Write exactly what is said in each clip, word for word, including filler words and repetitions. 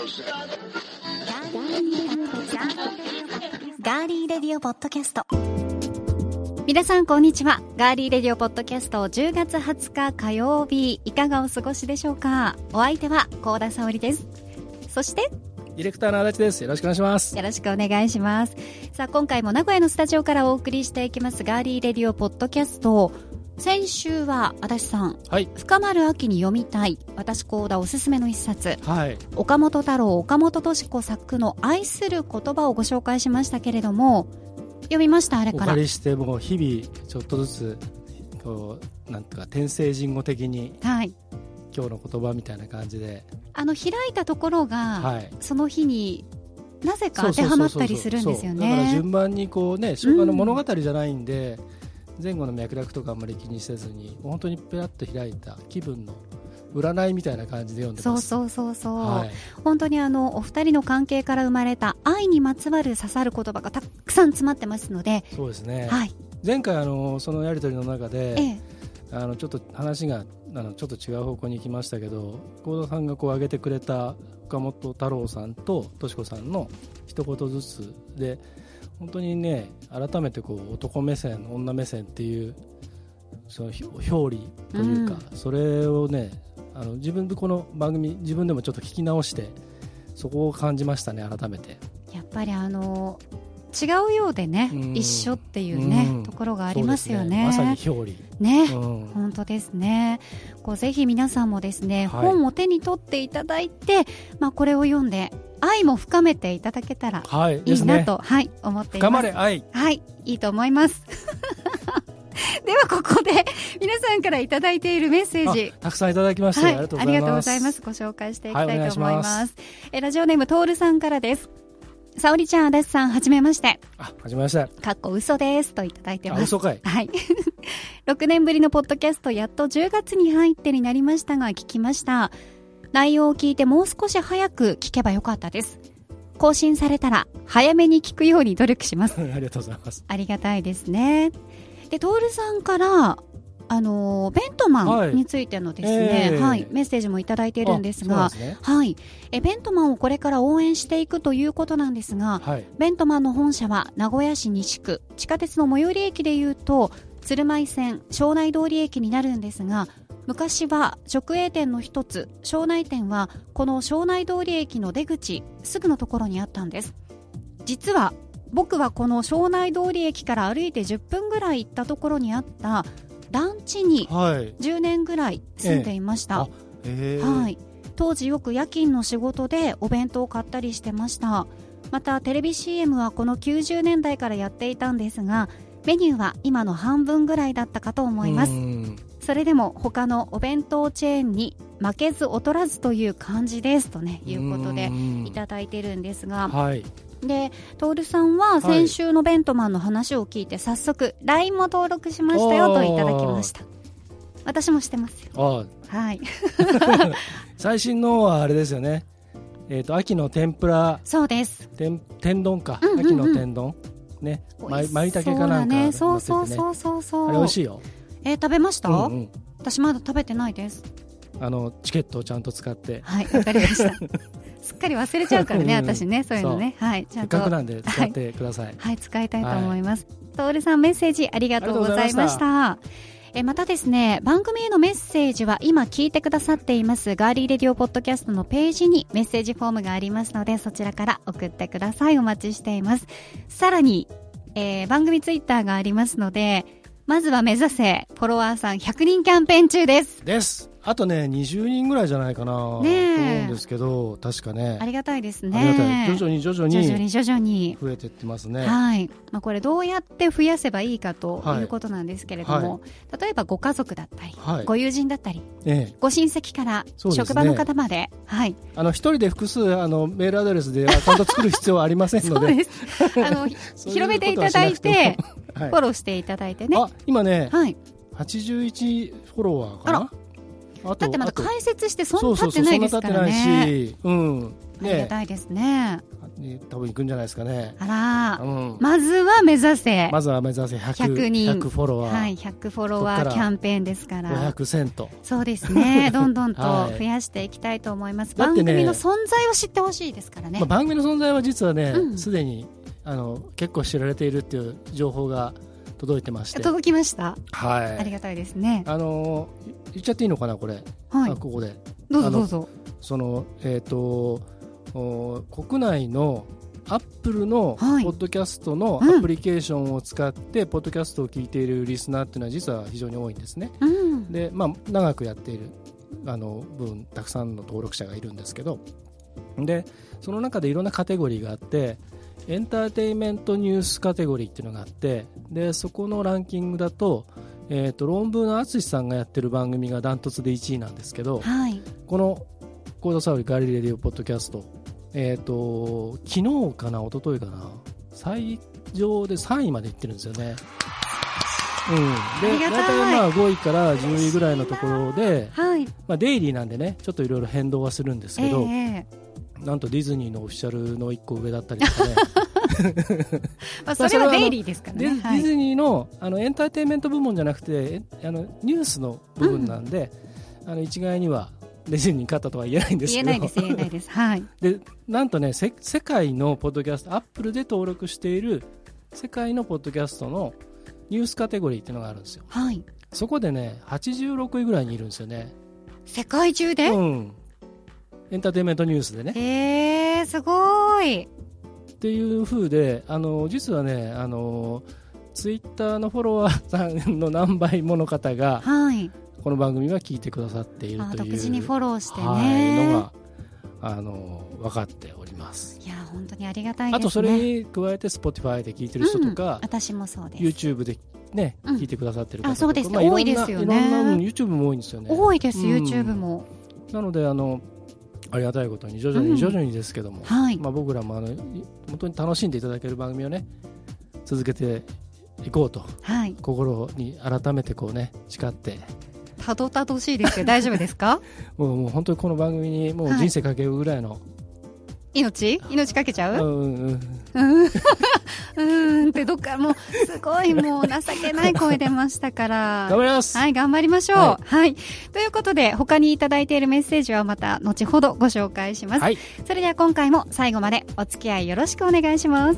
ガーリーレディオポッドキャスト。皆さんこんにちは。ガーリーレディオポッドキャストじゅうがつはつか火曜日、いかがお過ごしでしょうか。お相手は幸田沙織です。そしてディレクターの足立です。よろしくお願いします。 よろしくお願いします。さあ、今回も名古屋のスタジオからお送りしていきますガーリーレディオポッドキャスト。先週は足立さん、はい、深まる秋に読みたい私幸田おすすめの一冊、はい、岡本太郎岡本敏子作の愛する言葉をご紹介しましたけれども、読みました？あれからお借りしてもう日々ちょっとずつこうなんていうか天聖人語的に、はい、今日の言葉みたいな感じであの開いたところが、はい、その日になぜか当てはまったりするんですよね。 だから順番にこうね、昭和の物語じゃないんで、うん、前後の脈絡とかあんまり気にせずに本当にペラッと開いた気分の占いみたいな感じで読んでます。 そうそうそうそう、はい、本当にあのお二人の関係から生まれた愛にまつわる刺さる言葉がたくさん詰まってますので。 そうですね、はい、前回あのそのやり取りの中で、ええ、あのちょっと話があのちょっと違う方向に行きましたけど、幸田さんがこう挙げてくれた岡本太郎さんと敏子さんの一言ずつで本当にね、改めてこう男目線女目線っていうその表裏というか、うん、それをね、あの自分でこの番組自分でもちょっと聞き直してそこを感じましたね。改めてやっぱりあの違うようでね、うん、一緒っていうね、うん、ところがありますよね。 まさに表裏ね、うん、本当ですね。こうぜひ皆さんもですね、はい、本を手に取っていただいて、まあ、これを読んで愛も深めていただけたらいいなと、はい、思っています。 深まれ愛、 はい、いいと思いますではここで皆さんからいただいているメッセージたくさんいただきまして、はい、ありがとうございます。 ありがとうございます。ご紹介していきたいと思います。はい、お願いします。えラジオネームトールさんからです。沙織ちゃん、足立さん、はじめまして。 あ、はじめまして。 かっこ嘘ですといただいてます。 あ、嘘かい。 はい。ろくねんぶりのポッドキャスト、やっとじゅうがつに入ってになりましたが聞きました。内容を聞いてもう少し早く聞けばよかったです。更新されたら早めに聞くように努力しますありがとうございます。 ありがたいですね。で、トールさんからあのベントマンについてのですね、はいえーはい、メッセージもいただいているんですが、す、ね、はい、えベントマンをこれから応援していくということなんですが、はい、ベントマンの本社は名古屋市西区、地下鉄の最寄り駅でいうと鶴舞線庄内通り駅になるんですが、昔は直営店の一つ庄内店はこの庄内通り駅の出口すぐのところにあったんです。実は僕はこの庄内通り駅から歩いてじゅっぷんぐらい行ったところにあった団地にじゅうねんぐらい住んでいました、えーはい、当時よく夜勤の仕事でお弁当を買ったりしてました。またテレビ シーエム はこのきゅうじゅうねんだいからやっていたんですが、メニューは今の半分ぐらいだったかと思います。それでも他のお弁当チェーンに負けず劣らずという感じですと、ね、いうことでいただいているんですが、はい、でトールさんは先週のベントマンの話を聞いて早速 ライン も登録しましたよといただきました。私もしてますよ。あ、はい、 最新のはあれですよね、えーと、秋の天ぷら、 そうです、 天, 天丼か、うんうんうん、秋の天丼ね、まいたけかなんか乗っててね、 そうそうそうそうそう、 あれ美味しいよ。 えー、食べました、うんうん、私まだ食べてないです。 あのチケットをちゃんと使って。 はい、わかりましたすっかり忘れちゃうからね、うん、私ね、そういうのね、はい、ちゃんとせっかくなんで使ってください。 はい、はい、使いたいと思います、はい、トールさんメッセージありがとうございました。えまたですね、番組へのメッセージは今聞いてくださっていますガーリーレディオポッドキャストのページにメッセージフォームがありますので、そちらから送ってください。お待ちしています。さらに、えー、番組ツイッターがありますので、まずは目指せフォロワーさんひゃくにんキャンペーン中ですですあとねにじゅうにんぐらいじゃないかな、ね、と思うんですけど、確かね、 ありがたいですね。 ありがたい、徐々に徐々に徐々に徐々に増えていってますね。 はい、まあ、これどうやって増やせばいいかということなんですけれども、はい、例えばご家族だったり、はい、ご友人だったり、ええ、ご親戚から職場の方まで、ね、はい、 あの一人で複数あのメールアドレスでアカウント作る必要はありませんのでそうですあの広めていただいてはい、フォローしていただいてね。 あ、今ね、はい、はちじゅういちフォロワーかな。 だってまだ解説してそんな経ってないですからね。 そうそうそう、そんな経ってないし、うん、 ね、ありがたいですね。 多分行くんじゃないですかね。 あら、 うん、 まずは目指せ。 まずは目指せひゃく、ひゃくにん、ひゃくフォロワー。 はい、ひゃくフォロワーキャンペーンですから。 ごひゃくセント。 そうですね。どんどんと増やしていきたいと思います。はい、番組の存在を知ってほしいですからね。 まあ、番組の存在は実はね、す、 う、 で、ん、にあの結構知られているっていう情報が届いてまして。 届きました。 はい。 ありがたいですね。 あの言っちゃっていいのかなこれ。 はい。 あ、ここで。 どうぞどうぞ。 そのえっ、ー、と国内のアップルのポッドキャストのアプリケーションを使ってポッドキャストを聞いているリスナーっていうのは実は非常に多いんですね。 うん、 で、まあ、長くやっているあの分たくさんの登録者がいるんですけど、でその中でいろんなカテゴリーがあって、エンターテインメントニュースカテゴリーっていうのがあって、でそこのランキングだと、えーと論文の淳さんがやってる番組がダントツでいちいなんですけど、 はい、 このコードサウリガリレディオポッドキャスト、えーと昨日かな一昨日かな最上でさんいまで行ってるんですよね。うん、で大体まあごいからじゅういぐらいのところで、 はい、 まあ、デイリーなんでねちょっといろいろ変動はするんですけど、 えー、 なんとディズニーのオフィシャルのいっこ上だったりとかねまあそれはデイリーですからね。 ディズニー の, あのエンターテインメント部門じゃなくてあのニュースの部分なんで、うん、あの一概にはディズニーに勝ったとは言えないんですけど、 言えないです言えないです、はい、 でなんとね世界のポッドキャストアップルで登録している世界のポッドキャストのニュースカテゴリーっていうのがあるんですよ、 はい、 そこでねはちじゅうろくいぐらいにいるんですよね。 世界中で、 うん、エンターテインメントニュースでね。 へー、すごいっていう風で、あの実はねあのツイッターのフォロワーさんの何倍もの方が、 はい、 この番組は聞いてくださっているという、 独自にフォローしてね、 はい、のがあの分かっております。 いや本当にありがたいですね。 あとそれに加えて Spotify で聞いてる人とか、 うん、私もそうです。 YouTube でね、うん、聞いてくださってる方とか、 あ、そうです、 まあ、 多いですよね。 いろんな、うん、YouTube も多いんですよね。 多いです、うん、YouTube も。 なのであのありがたいことに徐々に徐々にですけども、うん、 はい、 まあ、僕らもあの本当に楽しんでいただける番組をね続けていこうと、 はい、 心に改めてこうね誓ってたどたどしいですけど大丈夫ですか？ もう、もう本当にこの番組にもう人生かけるぐらいの、はい、 命命かけちゃう？ うんうんうんうんってどっかもうすごいもう情けない声出ましたから頑張ります。 はい、頑張りましょう、はいはい、ということで他にいただいているメッセージはまた後ほどご紹介します、はい、それでは今回も最後までお付き合いよろしくお願いします。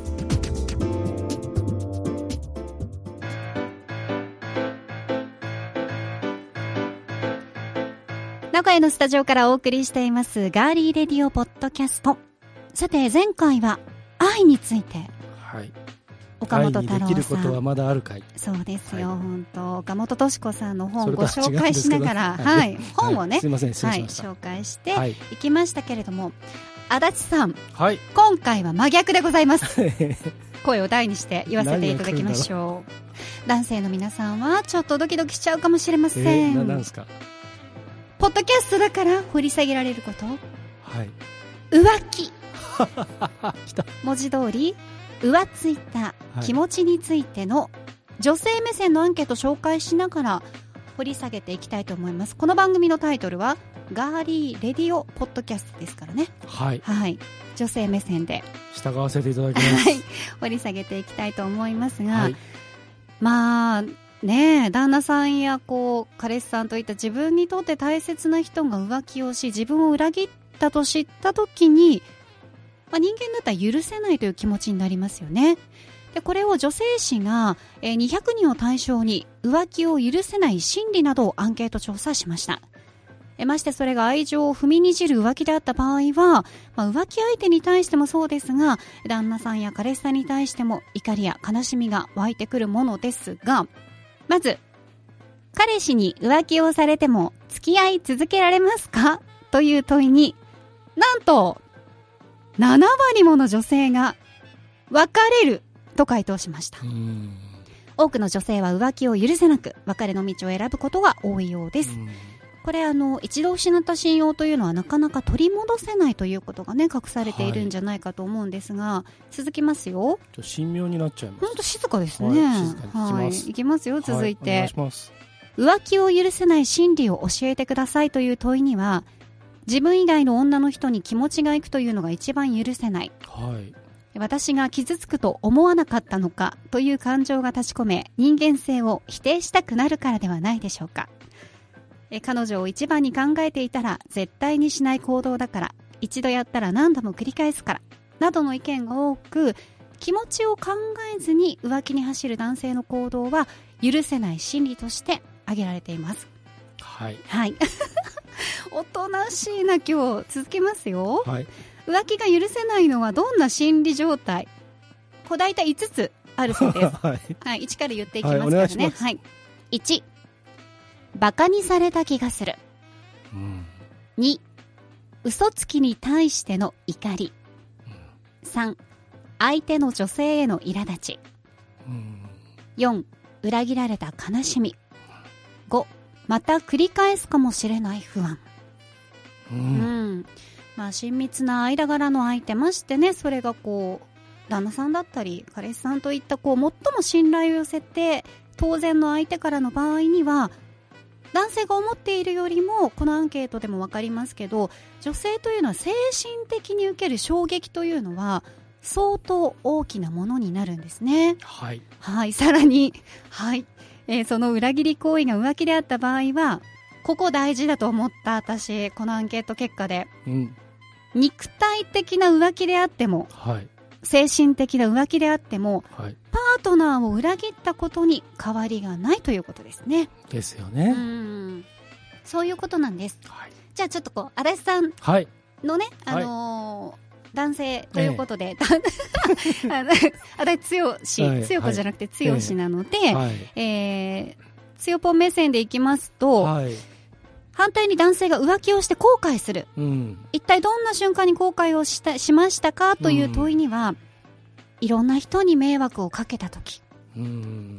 名古屋のスタジオからお送りしていますガーリーレディオポッドキャスト。さて前回は愛について、 はい、 岡本太郎さん、 愛にできることはまだあるかい。 そうですよ、 はい、 本当岡本敏子さんの本をご紹介しながら、はいはい、本をね、はい、 すいません失礼しました、 はい、紹介していきましたけれども、はい、足立さん、 はい、 今回は真逆でございます声を大にして言わせていただきましょう。男性の皆さんはちょっとドキドキしちゃうかもしれません、 えー、ななんですか？ ポッドキャストだから掘り下げられること、 はい、 浮気文字通り浮ついた気持ちについての女性目線のアンケート紹介しながら掘り下げていきたいと思います。この番組のタイトルはガーリーレディオポッドキャストですからね、 はい、 はい、女性目線で従わせていただきます、 はい、掘り下げていきたいと思いますが、はい、まあねえ、旦那さんやこう彼氏さんといった自分にとって大切な人が浮気をし自分を裏切ったと知った時に、まあ、人間だったら許せないという気持ちになりますよね。でこれを女性誌がにひゃくにんを対象に浮気を許せない心理などをアンケート調査しました。ましてそれが愛情を踏みにじる浮気であった場合は、まあ、浮気相手に対してもそうですが旦那さんや彼氏さんに対しても怒りや悲しみが湧いてくるものですが、まず彼氏に浮気をされても付き合い続けられますかという問いに、なんとななわりもの女性が別れると回答しました。多くの女性は浮気を許せなく別れの道を選ぶことが多いようです。これあの一度失った信用というのはなかなか取り戻せないということがね隠されているんじゃないかと思うんですが、はい、続きますよ。 神妙になっちゃいます。 本当静かですね。 はい、静かに聞きます。 はい、いきますよ。続いて、 はい、お願いします。 浮気を許せない心理を教えてくださいという問いには、自分以外の女の人に気持ちがいくというのが一番許せない、 はい、 私が傷つくと思わなかったのかという感情が立ち込め、人間性を否定したくなるからではないでしょうか。え彼女を一番に考えていたら絶対にしない行動だから、一度やったら何度も繰り返すからなどの意見が多く、気持ちを考えずに浮気に走る男性の行動は許せない心理として挙げられています。 はい、 はい、おとなしいな。今日続けますよ、 はい、 浮気が許せないのはどんな心理状態。こう大体いつつあるそうです、はいはい、いちから言っていきますからね、はい、いち、バカにされた気がする、うん、に、嘘つきに対しての怒り、うん、さん、相手の女性への苛立ち、うん、よん、裏切られた悲しみ、ご、また繰り返すかもしれない不安、うんうんまあ、親密な間柄の相手、ましてね、それがこう旦那さんだったり彼氏さんといったこう最も信頼を寄せて当然の相手からの場合には、男性が思っているよりも、このアンケートでも分かりますけど、女性というのは精神的に受ける衝撃というのは相当大きなものになるんですね。 はい、 はい、さらに、はいえー、その裏切り行為が浮気であった場合は、ここ大事だと思った。私このアンケート結果で、うん、肉体的な浮気であっても、はい、精神的な浮気であっても、はい、パートナーを裏切ったことに変わりがないということですね。 ですよね。 うん、そういうことなんです、はい、じゃあちょっとこう足立さんのね、はい、あのーはい、男性ということで、ええ、足立剛、強子じゃなくて強しなので、はい、えー、強ぽん目線でいきますと、はい、反対に男性が浮気をして後悔する、うん、一体どんな瞬間に後悔をしたしましたかという問いには、うん、いろんな人に迷惑をかけたとき、うん、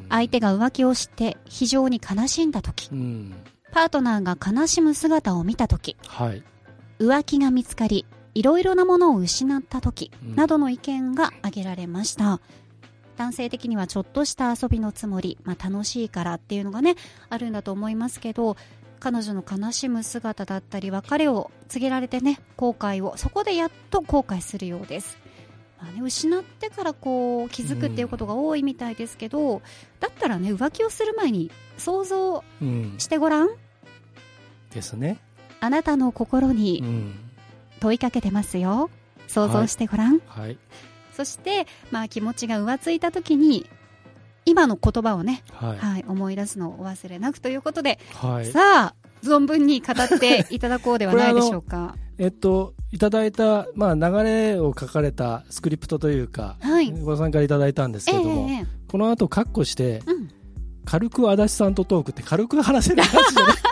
相手が浮気をして非常に悲しんだとき、うん、パートナーが悲しむ姿を見たとき、はい、浮気が見つかりいろいろなものを失ったとき、うん、などの意見が挙げられました。男性的にはちょっとした遊びのつもり、まあ、楽しいからっていうのがねあるんだと思いますけど、彼女の悲しむ姿だったり別れを告げられてね、後悔をそこでやっと後悔するようです。まあね、失ってからこう気づくっていうことが多いみたいですけど、うん、だったらね浮気をする前に想像してごらん、うん、 ですね。 あなたの心に問いかけてますよ。想像してごらん、はいはい、そして、まあ、気持ちが浮ついた時に今の言葉をね、はいはい、思い出すのをお忘れなくということで、はい、さあ存分に語っていただこうではないでしょうか。 えっと、いただいた、まあ、流れを書かれたスクリプトというか、はい、ご参加いただいたんですけれども、えー、この後カッコして、うん、軽く足立さんとトークって軽く話せるやつじゃない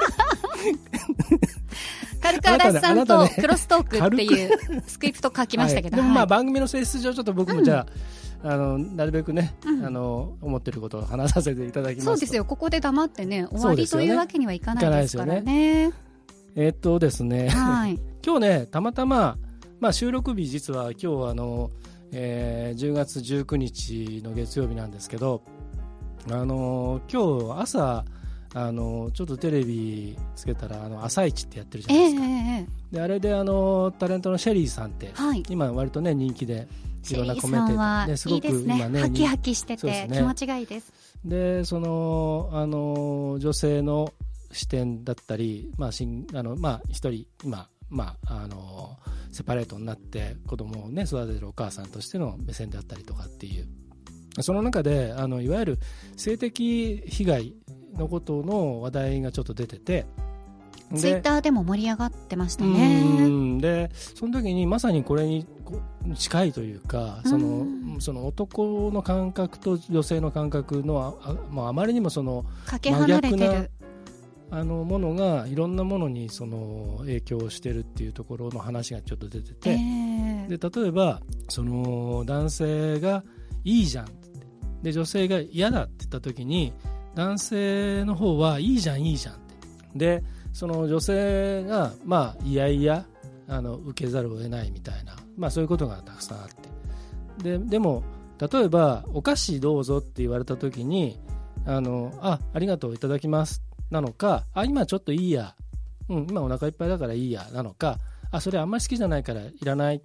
軽く足立さんとクロストークっていうスクリプト書きましたけど、 はい、でもまあ番組の性質上ちょっと僕もじゃあ、うん、あのなるべくね、うん、あの思ってることを話させていただきますと。 そうですよ、ここで黙ってね終わりというわけにはいかないですからね。 えー、っとですね、はい、今日ねたまたま、まあ、収録日実は今日あの、えー、じゅうがつじゅうくにちの月曜日なんですけど、あの今日朝あのちょっとテレビつけたらあの朝一ってやってるじゃないですか、えー、であれであのタレントのシェリーさんって、はい、今割とね人気でいろんなコメンテーターね、すごく今ねハキハキしてて、ね、気持ちがいいです。 でそのあの女性の視点だったり、まあしんあのまあ、一人今、まあ、あのセパレートになって子供を、ね、育てるお母さんとしての目線であったりとかっていう、その中であのいわゆる性的被害のことの話題がちょっと出てて、 ツイッターでも盛り上がってましたね。 うんでその時にまさにこれに近いというか、その、その男の感覚と女性の感覚の あ, あ, あまりにもそのかけ離れてるあのものがいろんなものにその影響をしてるっていうところの話がちょっと出てて、えー、で例えばその男性がいいじゃんで女性が嫌だって言った時に男性の方はいいじゃんいいじゃんってでその女性がまあいやいやあの受けざるを得ないみたいな、まあ、そういうことがたくさんあってででも例えばお菓子どうぞって言われた時にあの あ, ありがとういただきますなのか、あ今ちょっといいや、うん、今お腹いっぱいだからいいやなのか、あそれあんまり好きじゃないからいらないって、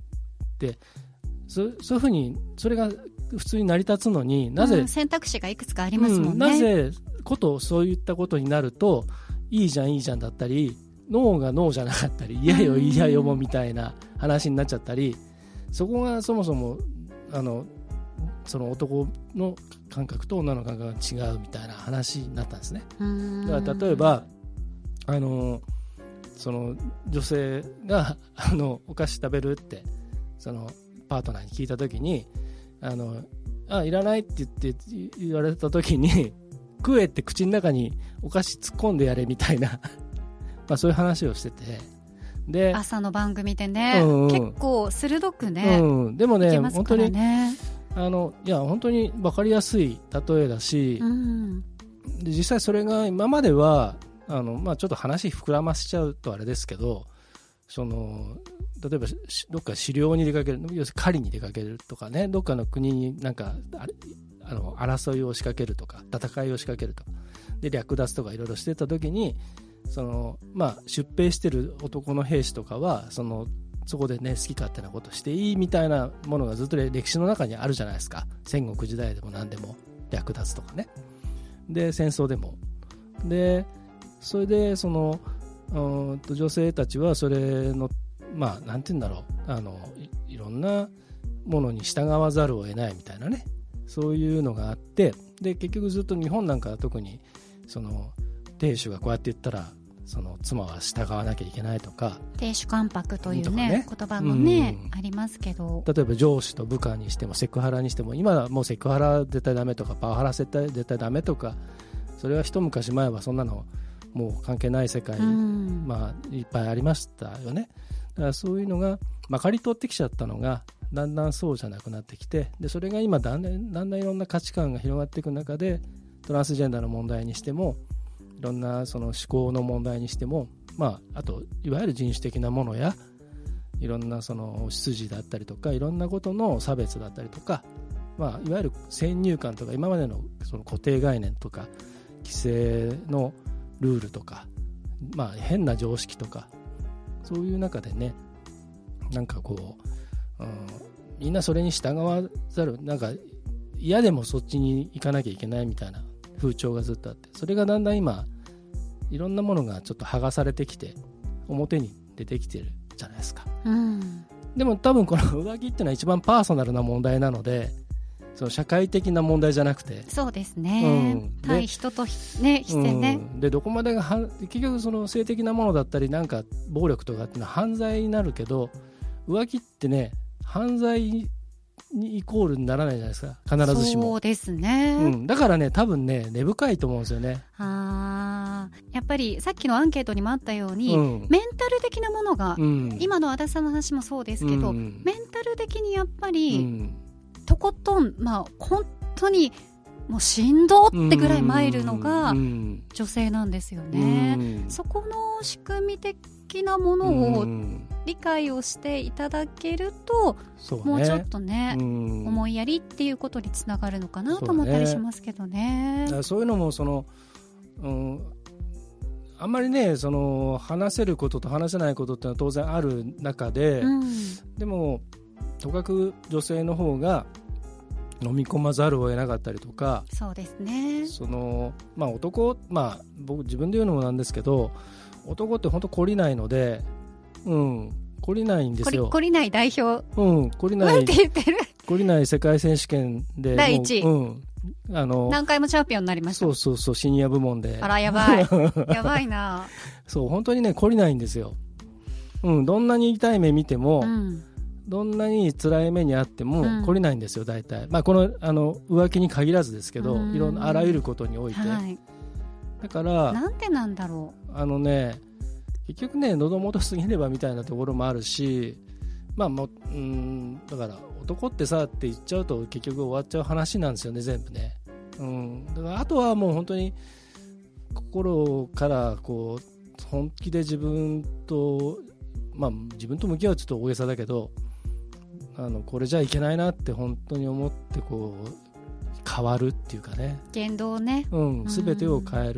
そ, そういうふうにそれが普通に成り立つのに、なぜ、 うん、選択肢がいくつかありますもんね、 うん、なぜことそういったことになるといいじゃんいいじゃんだったり、ノーがノーじゃなかったり、嫌よ嫌よもみたいな話になっちゃったり、そこがそもそもあのその男の感覚と女の感覚が違うみたいな話になったんですね。だから例えばあのその女性があのお菓子食べるってそのパートナーに聞いたときに、あのあいらないって言って言われたときに、食えって口の中にお菓子突っ込んでやれみたいなまあそういう話をしてて、で朝の番組でね、 うんうん、 結構鋭くね、 うん、でもね、 いけますからね、 本当にあのいや本当に分かりやすい例えだし、うん、で実際それが今まではあの、まあ、ちょっと話膨らませちゃうとあれですけど、その例えばどっか狩猟に出かける、要するに狩りに出かけるとかね、どっかの国になんかあれあの争いを仕掛けるとか戦いを仕掛けるとかで略奪とかいろいろしてた時に、その、まあ、出兵してる男の兵士とかはそのそこでね好き勝手なことしていいみたいなものがずっと歴史の中にあるじゃないですか。戦国時代でも何でも略奪とかね、で戦争でも、でそれでそのうんと女性たちはそれのまあなんて言うんだろう、あの い, いろんなものに従わざるを得ないみたいなね、そういうのがあって、で結局ずっと日本なんかは特にその亭主がこうやって言ったらその妻は従わなきゃいけないとか、 亭主関白という ね, ね言葉もね、うん、ありますけど、 例えば上司と部下にしてもセクハラにしても、今はもうセクハラ絶対ダメとかパワハラ絶対絶対ダメとか、それは一昔前はそんなのもう関係ない世界、うん、まあ、いっぱいありましたよね。だからそういうのがまかり通ってきちゃったのがだんだんそうじゃなくなってきて、でそれが今だんだんだんだんいろんな価値観が広がっていく中で、トランスジェンダーの問題にしてもいろんなその思考の問題にしても、まあ、あといわゆる人種的なものやいろんなその出自だったりとかいろんなことの差別だったりとか、まあ、いわゆる先入観とか今までのその固定概念とか規制のルールとか、まあ、変な常識とか、そういう中でね、なんかこう、うん、みんなそれに従わざる、なんか嫌でもそっちに行かなきゃいけないみたいな風潮がずっとあって、それがだんだん今いろんなものがちょっと剥がされてきて表に出てきてるじゃないですか、うん、でも多分この浮気っていうのは一番パーソナルな問題なので、その社会的な問題じゃなくて、 そうですね、うん、対人と、ね、してね、 うん、でどこまでが結局その性的なものだったりなんか暴力とかっていうのは犯罪になるけど、浮気ってね犯罪にイコールにならないじゃないですか、必ずしも。 そうですね、 うん、だからね多分ね根深いと思うんですよね。 あやっぱりさっきのアンケートにもあったように、うん、メンタル的なものが、うん、今の足立さんの話もそうですけど、うん、メンタル的にやっぱり、うん、とことん、まあ、本当にもうしんどってぐらい参るのが女性なんですよね、うん、そこの仕組み的なものを理解をしていただけると、うん、もうちょっとね、うん、思いやりっていうことにつながるのかなと思ったりしますけどね。 そうね、そういうのもその、うん、あんまりねその話せることと話せないことってのは当然ある中で、うん、でもとかく女性の方が飲み込まざるを得なかったりとか、 そうですね、 その、まあ、男、まあ、僕自分で言うのもなんですけど、男って本当懲りないので、うん、懲りないんですよ。 懲りない代表、 うん、懲りない、 なんて言ってる懲りない世界選手権でだいいちい、 うん、あの何回もチャンピオンになりました。 そうそうそう、シニア部門で。 あらやばいやばいな。 そう本当にね懲りないんですよ、うん、どんなに痛い目見ても、うん、どんなに辛い目にあっても懲りないんですよ、うん、大体、まあ、この、あの浮気に限らずですけど、うん、いろんなあらゆることにおいて、はい、だからなんでなんだろう、あのね結局ね喉元過ぎればみたいなところもあるし、まあもう、うん、だから男ってさって言っちゃうと結局終わっちゃう話なんですよね全部ね、うん、だからあとはもう本当に心からこう本気で自分と、まあ、自分と向き合うとちょっと大げさだけど、あのこれじゃいけないなって本当に思ってこう変わるっていうかね、 言動ね、 うん、全てを変える、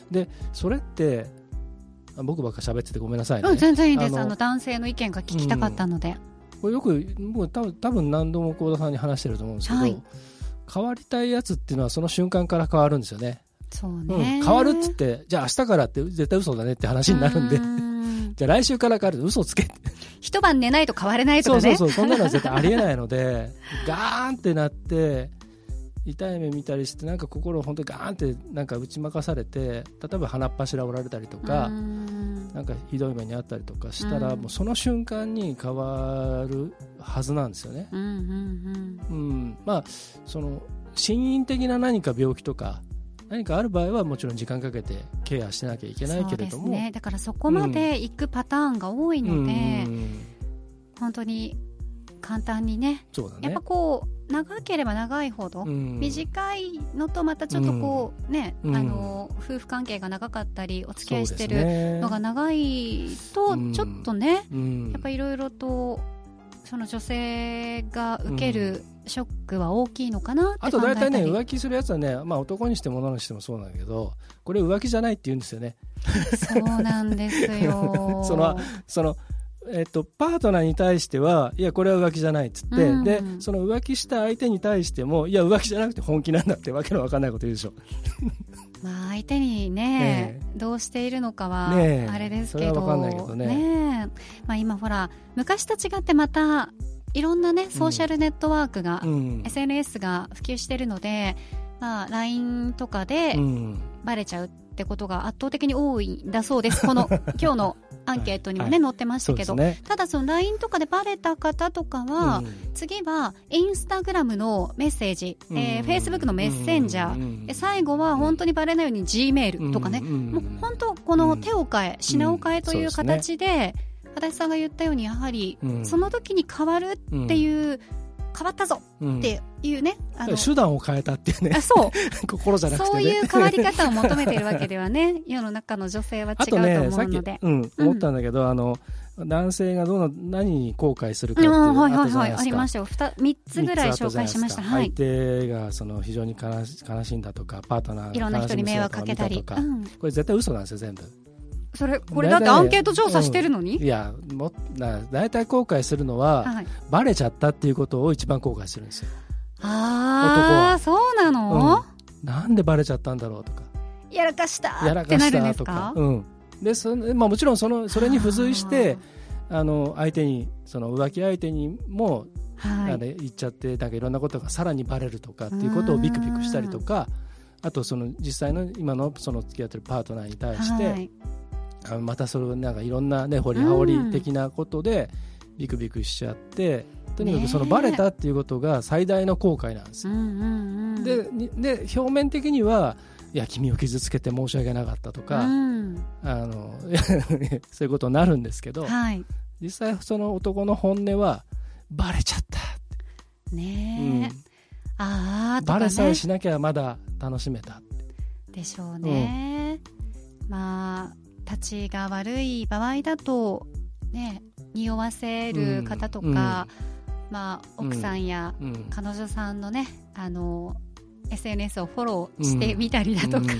でそれって僕ばっか喋っててごめんなさいね、 うん、全然いいです。あのあの男性の意見が聞きたかったので、うん、 これよく僕多分多分何度も幸田さんに話してると思うんですけど、はい、変わりたいやつっていうのはその瞬間から変わるんですよね。 そうね、 うん、変わるって言ってじゃあ明日からって絶対嘘だねって話になるんでじゃあ来週から変わる嘘つけって一晩寝ないと変われないとかね。 そうそうそう、そんなのは絶対ありえないのでガーンってなって痛い目見たりしてなんか心を本当にガーンってなんか打ち負かされて、例えば鼻っ柱折られたりとかなんかひどい目にあったりとかしたら、もうその瞬間に変わるはずなんですよね。うんうんうんうん、まあその心因的な何か病気とか何かある場合はもちろん時間かけてケアしなきゃいけないけれども、そうですね、 だからそこまで行くパターンが多いので、うん、本当に簡単に ね, そうだね、やっぱこう長ければ長いほど、うん、短いのとまたちょっとこう、うん、ね、あの夫婦関係が長かったりお付き合いしてるのが長いとちょっとね、うん、やっぱいろいろとその女性が受けるショックは大きいのかなって考えたり、あと大体ね浮気するやつはね、まあ、男にしても女にしてもそうなんだけど、これ浮気じゃないって言うんですよね。 そうなんですよそのそのえっと、パートナーに対してはいやこれは浮気じゃないっつって、うん、でその浮気した相手に対してもいや浮気じゃなくて本気なんだってわけのわかんないこと言うでしょ。 まあ相手に ね, ねどうしているのかはあれですけど、ね、それはわかんないけどね。ね、まあ、今ほら昔と違ってまたいろんなねソーシャルネットワークが、うん、エスエヌエス が普及しているので、まあ、ライン とかでバレちゃうってことが圧倒的に多いんだそうです。この今日のアンケートにもね、はい、載ってましたけど、ね、ただその ライン とかでバレた方とかは、うん、次はインスタグラムのメッセージ、うん、えー、Facebook のメッセンジャー、うん、で最後は本当にバレないように G メールとかね、うん、もう本当この手を変え、うん、品を変えという形で、足立さんが言ったようにやはり、うん、その時に変わるっていう、うん、変わったぞっていうね、 うん、あの手段を変えたっていうね、 あそう心じゃなくてね、 そういう変わり方を求めているわけではね世の中の女性は違うと思うので、あとねさっき、うん、思ったんだけど、うん、あの男性がどうな何に後悔するかっていうのがあったじゃないですか。ありましたよ。みっつぐらい紹介しました。 相手がその非常に悲し、悲しんだとかパートナーがいろんな人に迷惑かけたり、 うん、これ絶対嘘なんですよ全部。 それこれだってアンケート調査してるのに、 うん、いやもな大体後悔するのは、はい、バレちゃったっていうことを一番後悔するんですよ。 ああそうなの、 うん、なんでバレちゃったんだろうとかやらかしたやらかしたとか、 うん、でその、まあ、もちろんそのそれに付随してあの相手にその浮気相手にも、はい、あれ言っちゃってなんかいろんなことがさらにバレるとかっていうことをビクビクしたりとか、あとその実際の今のその付き合ってるパートナーに対して、はい、あまたそれをなんかいろんなね掘り葉掘り的なことでビクビクしちゃって、とにかくそのバレたっていうことが最大の後悔なんですよ、うんうんうん、で, で表面的にはいや君を傷つけて申し訳なかったとか、うん、あのそういうことになるんですけど、はい、実際その男の本音はバレちゃったってねえ、うん、あーとかね、 バレさえしなきゃまだ楽しめたでしょうね、うん、まあ立ちが悪い場合だとね匂わせる方とか、うんうん、まあ、奥さんや彼女さんのね、うん、あの エスエヌエス をフォローしてみたりだとか、うんうん、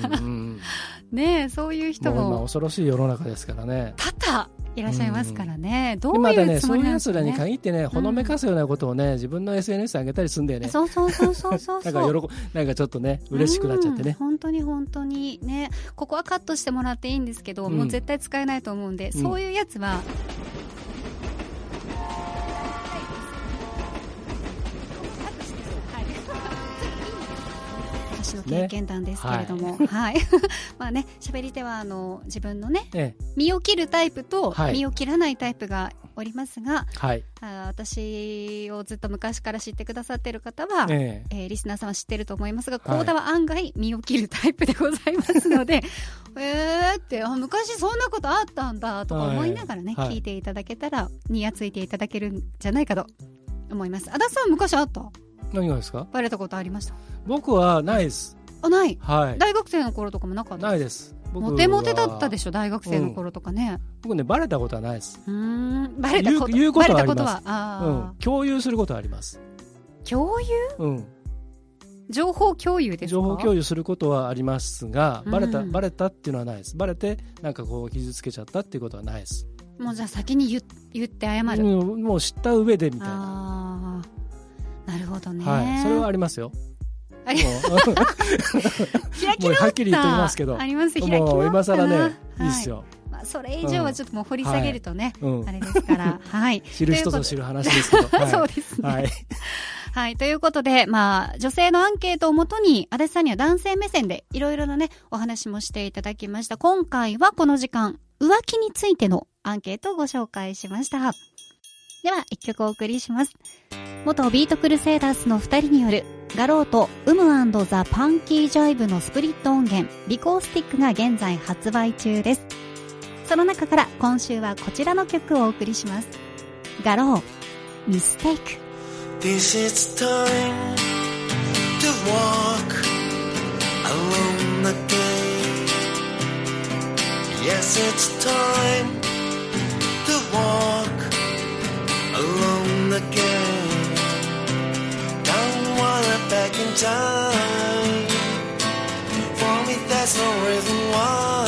ね、そういう人 も, もう今恐ろしい世の中ですからね多々いらっしゃいますからね、うん、どういうつもりなんですかね。 そういう奴らに限ってね、ほのめかすようなことをね、自分の エスエヌエス に上げたりするんだよね。 そうそうそうそうそうなんか喜なんかちょっとね嬉しくなっちゃってね、 うん、本当に本当にね、ここはカットしてもらっていいんですけど、うん、もう絶対使えないと思うんで、うん、そういうやつは私の経験談ですけれども、ね、はい、はい、まあね、喋り手はあの自分のね、ええ、身を切るタイプと身を切らないタイプがおりますが、はい、あ私をずっと昔から知ってくださっている方は、えええー、リスナーさんは知ってると思いますが、幸田は案外身を切るタイプでございますので、えーってあ昔そんなことあったんだとか思いながらね、はい、聞いていただけたらにやついていただけるんじゃないかと思います。足立さん昔あった？ 何がですか？ バレたことありました？ 僕はないです。 あ、ない、 はい、 大学生の頃とかもなかった？ ないです。 モテモテだったでしょ大学生の頃とかね、うん、 僕ねバレたことはないです。 うーん、バレたこと、 言うことはあります。 バレたことはあ、 うん、共有することはあります。 共有？ うん。 情報共有ですか？ 情報共有することはありますが、バレた、 うん、 バレたっていうのはないです。バレてなんかこう傷つけちゃったっていうことはないです。 もうじゃあ先に 言, 言って謝る、 うん、もう知った上でみたいな。 あ、なるほどね、 はい、それはありますよ。 ありもうはっきり言っておきますけど、 あります。 もう今更ね、 はい、 いいですよ。 まあ、それ以上はちょっともう掘り下げるとね、 うん、 あれですから、はい、 知る人ぞ知る話ですけど、 はい、そうですね、 はいはい、ということで、まあ、女性のアンケートをもとに足立さんには男性目線でいろいろなねお話もしていただきました。今回はこの時間浮気についてのアンケートをご紹介しました。では一曲お送りします。元ビートクルセイダースのふたりによるガローとウム&ザ・パンキー・ジャイブのスプリット音源リコースティックが現在発売中です。その中から今週はこちらの曲をお送りします。ガロー、ミステイク。 This is time to walk alone again. Yes, it's time to walk alone again. Don't wanna back in time. For me, there's no reason why.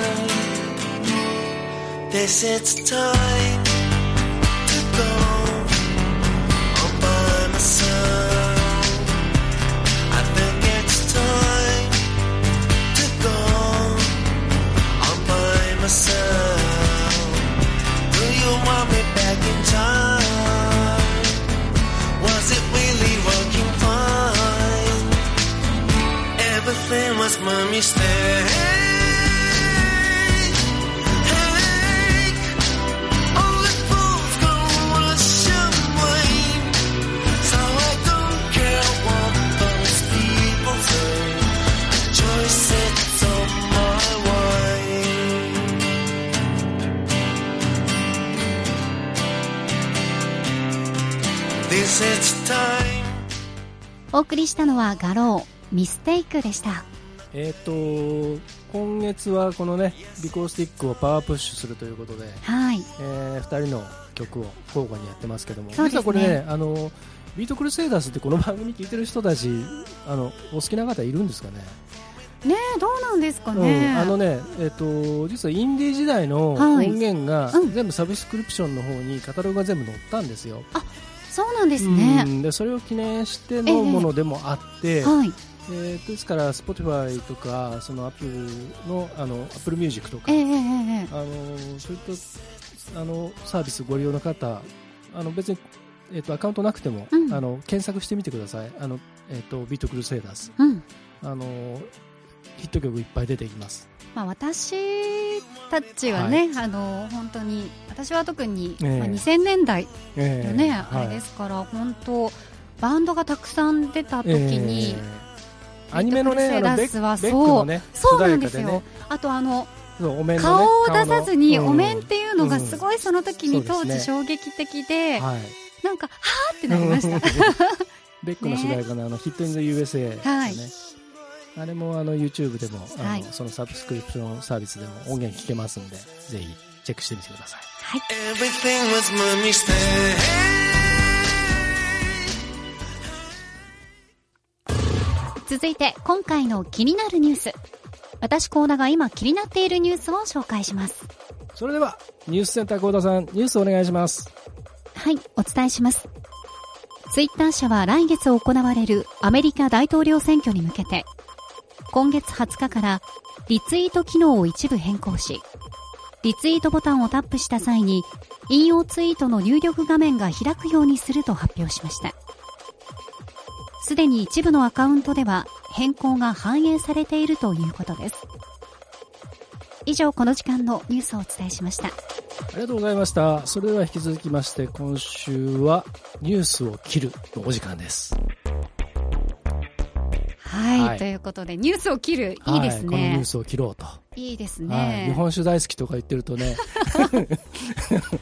This it's time to go all by myself. I think it's time to go all by myself. Do you want me back in time? Was it really working fine? Everything was my mistake. It's time. お送りしたのはガロー、ミステイクでした。 えっ、ー、と今月はこのねリコースティックをパワープッシュするということで、 はい、 えー、ふたりの曲を交互にやってますけども、 そうですね、 実はこれね、あのビートクルセイダースってこの番組聞いてる人たちあのお好きな方いるんですかね。 ねえ、どうなんですかね。 うん、あのね、えー、と実はインディー時代の音源が全部サブスクリプションの方にカタログが全部載ったんですよ。 あ、そうなんですね。 うん、でそれを記念してのものでもあって、えーはいえー、ですから Spotify とかその Apple のあの Apple Music とか、 えーえー、 あのそういったあのサービスご利用の方、あの別に、えー、とアカウントなくても、うん、あの検索してみてください。あの、えー、とビートクルセイダース、うん、あのヒット曲いっぱい出てきます。 まあ、私たちはね、はい、あの本当に私は特に、えーまあ、にせんねんだいのね、えー、あれですから、はい、本当バンドがたくさん出た時に、 えー、アニメのね、あのベックのね、 そうなんですよ。あとあのお面の、ね、顔を出さずにお面っていうのがすごいその時に当時衝撃的で、うんうん、なんかはーってなりました。 ベックの主題歌のあのヒットインザ ユーエスエー ですね。はい、あれもあの YouTube でもあの、はい、そのサブスクリプションサービスでも音源聞けますんで、ぜひチェックしてみてください。 はい、続いて今回の気になるニュース、私コーナが今気になっているニュースを紹介します。 それではニュースセンター幸田さん、ニュースお願いします。 はい、お伝えします。ツイッター社は来月行われるアメリカ大統領選挙に向けて今月はつかからリツイート機能を一部変更し、リツイートボタンをタップした際に引用ツイートの入力画面が開くようにすると発表しました。すでに一部のアカウントでは変更が反映されているということです。以上、この時間のニュースをお伝えしました。 ありがとうございました。それでは引き続きまして、今週はニュースを切るのお時間です。 はい、はい、ということでニュースを切る、いいですね、はい、 このニュースを切ろうと。 いいですね、 はい、日本酒大好きとか言ってるとねでも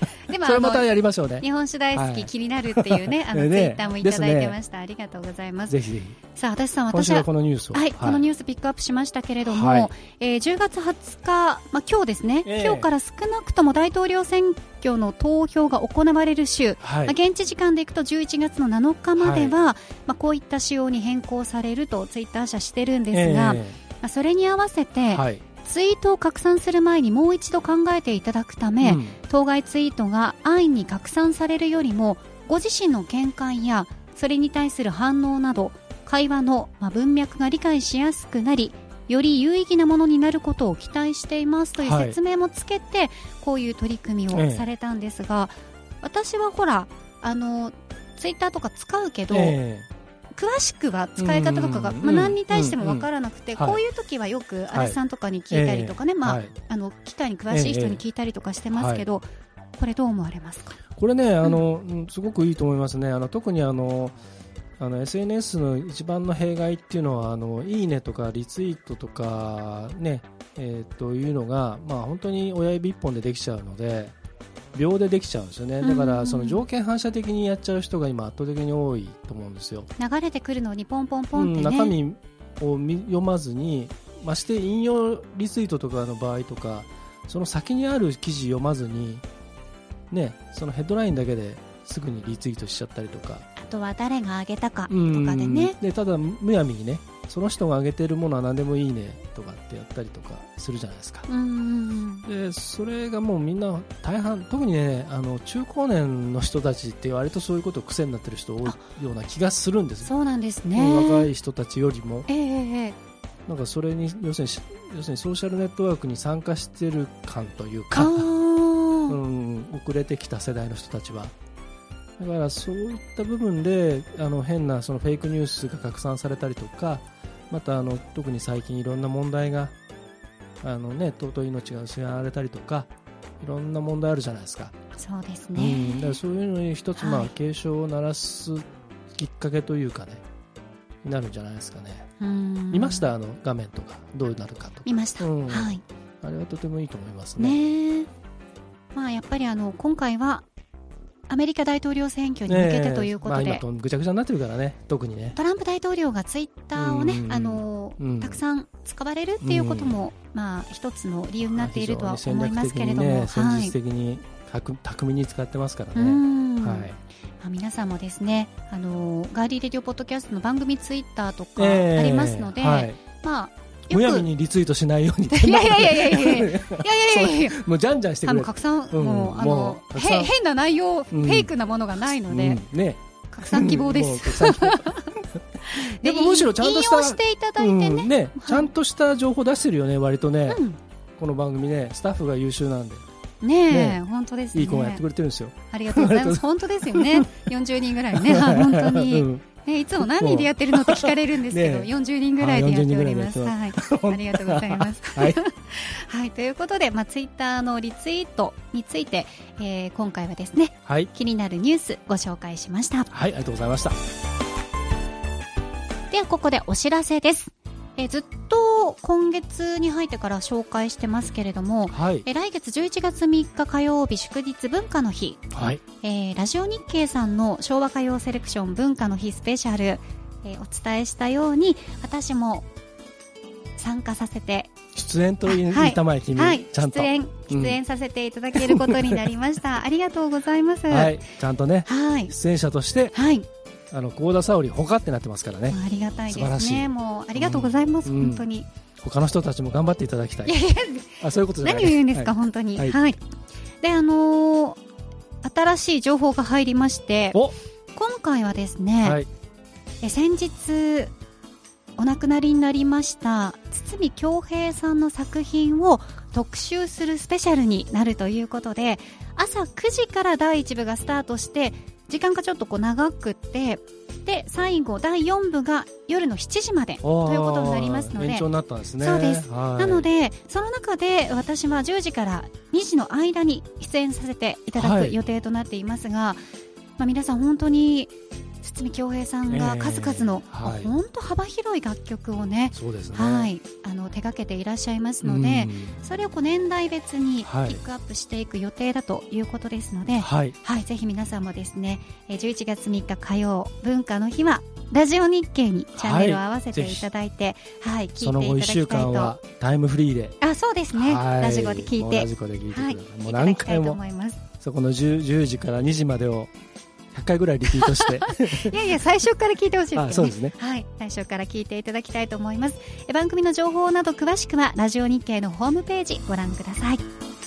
それまたやりましょうね。 日本酒大好き、はい、気になるっていうね、あの、ね、ツイッターもいただいてました。ね、ありがとうございます。 ぜひぜひ。 さあ、足立さん、 私はこのニュースを、 はい、はい、このニュースピックアップしましたけれども、はい、えー、じゅうがつはつか、まあ、今日ですね、えー、今日から少なくとも大統領選挙の投票が行われる週、はい、まあ、現地時間でいくとじゅういちがつのなのかまでは、はい、まあ、こういった仕様に変更されるとツイッター社してるんですが、えーまあ、それに合わせて、はい、ツイートを拡散する前にもう一度考えていただくため、うん、当該ツイートが安易に拡散されるよりもご自身の見解やそれに対する反応など会話の文脈が理解しやすくなり、より有意義なものになることを期待していますという説明もつけて、はい、こういう取り組みをされたんですが、ええ、私はほらあのツイッターとか使うけど、ええ、詳しくは使い方とかが、まあ、何に対しても分からなくて、うんうん、こういう時はよく足立さんとかに聞いたりとかね、はい、まあはい、あの機械に詳しい人に聞いたりとかしてますけど、ええ、これどう思われますか？ これね、あの、うん、すごくいいと思いますね。あの特にあのあの エスエヌエス の一番の弊害っていうのはあのいいねとかリツイートとかね、えー、というのが、まあ、本当に親指一本でできちゃうので秒でできちゃうんですよね。だからその条件反射的にやっちゃう人が今圧倒的に多いと思うんですよ。 流れてくるのにポンポンポンってね、 うん、中身を読まずに、まして引用リツイートとかの場合とかその先にある記事読まずに、ね、そのヘッドラインだけですぐにリツイートしちゃったりとか、 あとは誰が上げたかとかでね、 でただむやみにねその人が上げてるものは何でもいいねとかってやったりとかするじゃないですか。うんでそれがもうみんな大半、特にねあの中高年の人たちって割とそういうこと癖になってる人多いような気がするんです。 そうなんですね。 若い人たちよりも、 えー、 なんかそれに要するに要するにソーシャルネットワークに参加してる感というか、うん、遅れてきた世代の人たちはだからそういった部分であの変なそのフェイクニュースが拡散されたりとか、またあの特に最近いろんな問題があの、ね、尊い命が失われたりとかいろんな問題あるじゃないですか。 そうですね、 うん、だからそういうのに一つ、まあ、警鐘を鳴らすきっかけというかねになるんじゃないですかね。うん見ましたあの画面とかどうなるかとか見ました、うんはい、 あれはとてもいいと思います ね, ねまあ、やっぱりあの今回はアメリカ大統領選挙に向けてということで、 ねまあ、今ぐちゃぐちゃになってるからね、特にねトランプ大統領がツイッターをね、あのー、たくさん使われるっていうことも、まあ、一つの理由になっているとは思いますけれども、 まあ、戦術的に、ねはい、巧みに使ってますからね、はいまあ、皆さんもですね、あのー、ガーリーレディオポッドキャストの番組ツイッターとかありますので、えーはいまあむやみにリツイートしないようにいやいやいやいやいやいやいやいやもうじゃんじゃんしてくれ、 拡散、うん、もうあのへ変な内容、うん、フェイクなものがないので、うんね、拡散希望ですでもむしろちゃんとした引用していただいてね、 うんねはい、ちゃんとした情報出してるよね割とね、うん、この番組ねスタッフが優秀なんでねえ、ね本当ですね。 いい子がやってくれてるんですよ。 ありがとうございます本当ですよねよんじゅうにんぐらいね本当に、うんね、いつも何人でやってるのって聞かれるんですけど、ね、よんじゅうにんぐらいでやっております。はい、ありがとうございます。はい、はい、ということで、まあ、ツイッターのリツイートについて、えー、今回はですね、はい、気になるニュースご紹介しました。 はい、ありがとうございました。 ではここでお知らせです。えー、ずっと今月に入ってから紹介してますけれども、はい、えー、来月じゅういちがつみっか火曜日祝日文化の日、はいえー、ラジオ日経さんの昭和歌謡セレクション文化の日スペシャル、えー、お伝えしたように私も参加させて出演と言いたまえ君、はい、ちゃんと出演、出演させていただけることになりました、うん、ありがとうございます、 はい、ちゃんとね、はい、出演者として、はいあの幸田沙織他ってなってますからね。 ありがたいですね。もうありがとうございます、うん、本当に他の人たちも頑張っていただきたい。いやいやあそういうことじゃない。 何を言うんですか、はい、本当に、はいはい、であのー、新しい情報が入りまして今回はですね、はい、え先日お亡くなりになりました堤恭平さんの作品を特集するスペシャルになるということで朝くじからだいいち部がスタートして時間がちょっとこう長くってで最後だいよん部が夜のしちじまでということになりますので延長になったんですね。 そうです。なのでその中で私はじゅうじからにじの間に出演させていただく予定となっていますが、はいまあ、皆さん本当に堤恭平さんが数々の、えーはい、本当幅広い楽曲をね、 そうですね、 はい、あの手掛けていらっしゃいますので、それをこう年代別にピックアップしていく予定だということですので、はいはい、ぜひ皆さんもですね、じゅういちがつみっか火曜文化の日はラジオ日経にチャンネルを合わせていただいて、はい、聞いていただきたいと。その後いっしゅうかんはタイムフリーで、 あ、そうですね、ラジコで聞いて、 ラジコで聞いてください、はい、もう何回もそこの 10, じゅうじからにじまでをひゃっかいぐらいリピートしていやいや、最初から聞いてほしいですね。 あ、そうですね、 はい、最初から聞いていただきたいと思います。え番組の情報など詳しくはラジオ日経のホームページご覧ください。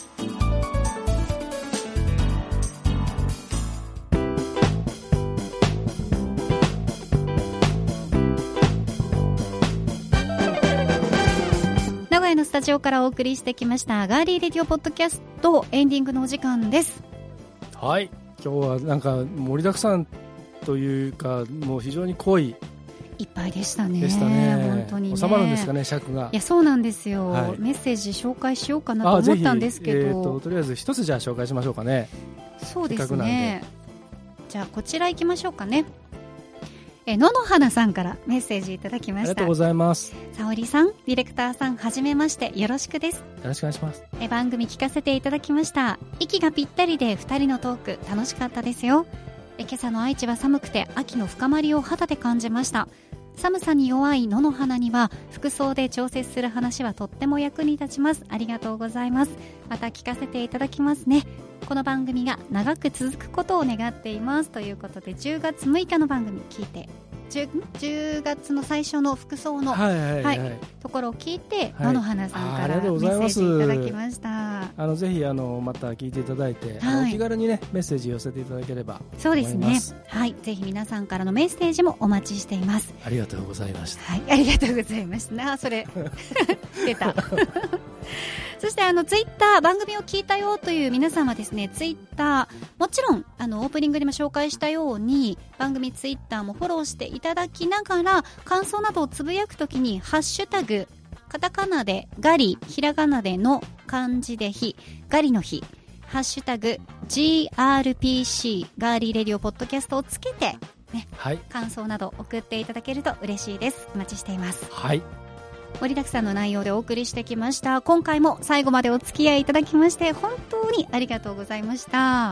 名古屋のスタジオからお送りしてきましたガーリーレディオポッドキャスト、エンディングのお時間です。 はい、今日はなんか盛りだくさんというか、もう非常に濃いいっぱいでしたね。 でしたね。 本当にね。 収まるんですかね、尺が。 いや、そうなんですよ、はい、メッセージ紹介しようかなと思ったんですけど、えー、 と, とりあえず一つじゃあ紹介しましょうかね。 そうですね。じゃあこちら行きましょうかね。え野々花さんからメッセージいただきました。 ありがとうございます。 沙織さん、ディレクターさん、はじめまして、よろしくです。よろしくお願いします。 え番組聞かせていただきました。息がぴったりでふたりのトーク楽しかったですよ。え今朝の愛知は寒くて秋の深まりを肌で感じました。寒さに弱い野の花には服装で調節する話はとっても役に立ちます。ありがとうございます。また聞かせていただきますね。この番組が長く続くことを願っています、ということで、じゅうがつむいかの番組聞いて、10, じゅうがつの最初の服装の、はいはいはいはい、ところを聞いて、はい、野々花さんからメッセージいただきました。 あのぜひあのまた聞いていただいて、はい、お気軽にねメッセージ寄せていただければ。 そうですね、はい、ぜひ皆さんからのメッセージもお待ちしています。 ありがとうございました。 はい、ありがとうございました。それ出たそしてあのツイッター、番組を聞いたよという皆さんはですね、ツイッターもちろんあのオープニングでも紹介したように番組ツイッターもフォローしていただきながら、感想などをつぶやくときにハッシュタグカタカナでガリ、ひらがなでの、漢字で日、ガリの日、ハッシュタグ ジーアールピーシー ガーリーレディオポッドキャストをつけて、ね、はい、感想など送っていただけると嬉しいです。お待ちしています。 はい、 盛りだくさんの内容でお送りしてきました。今回も最後までお付き合いいただきまして本当にありがとうございました。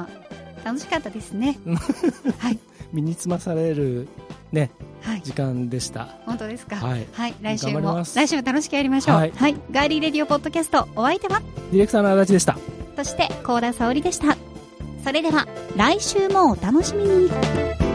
楽しかったですねはい、 身につまされるね、はい、時間でした。 本当ですか。 はい、 はい、来週も来週も楽しくやりましょう。はい、はい、ガーリーレディオポッドキャスト、お相手はディレクターの足立でした。 そして高田沙織でした。それでは来週もお楽しみに。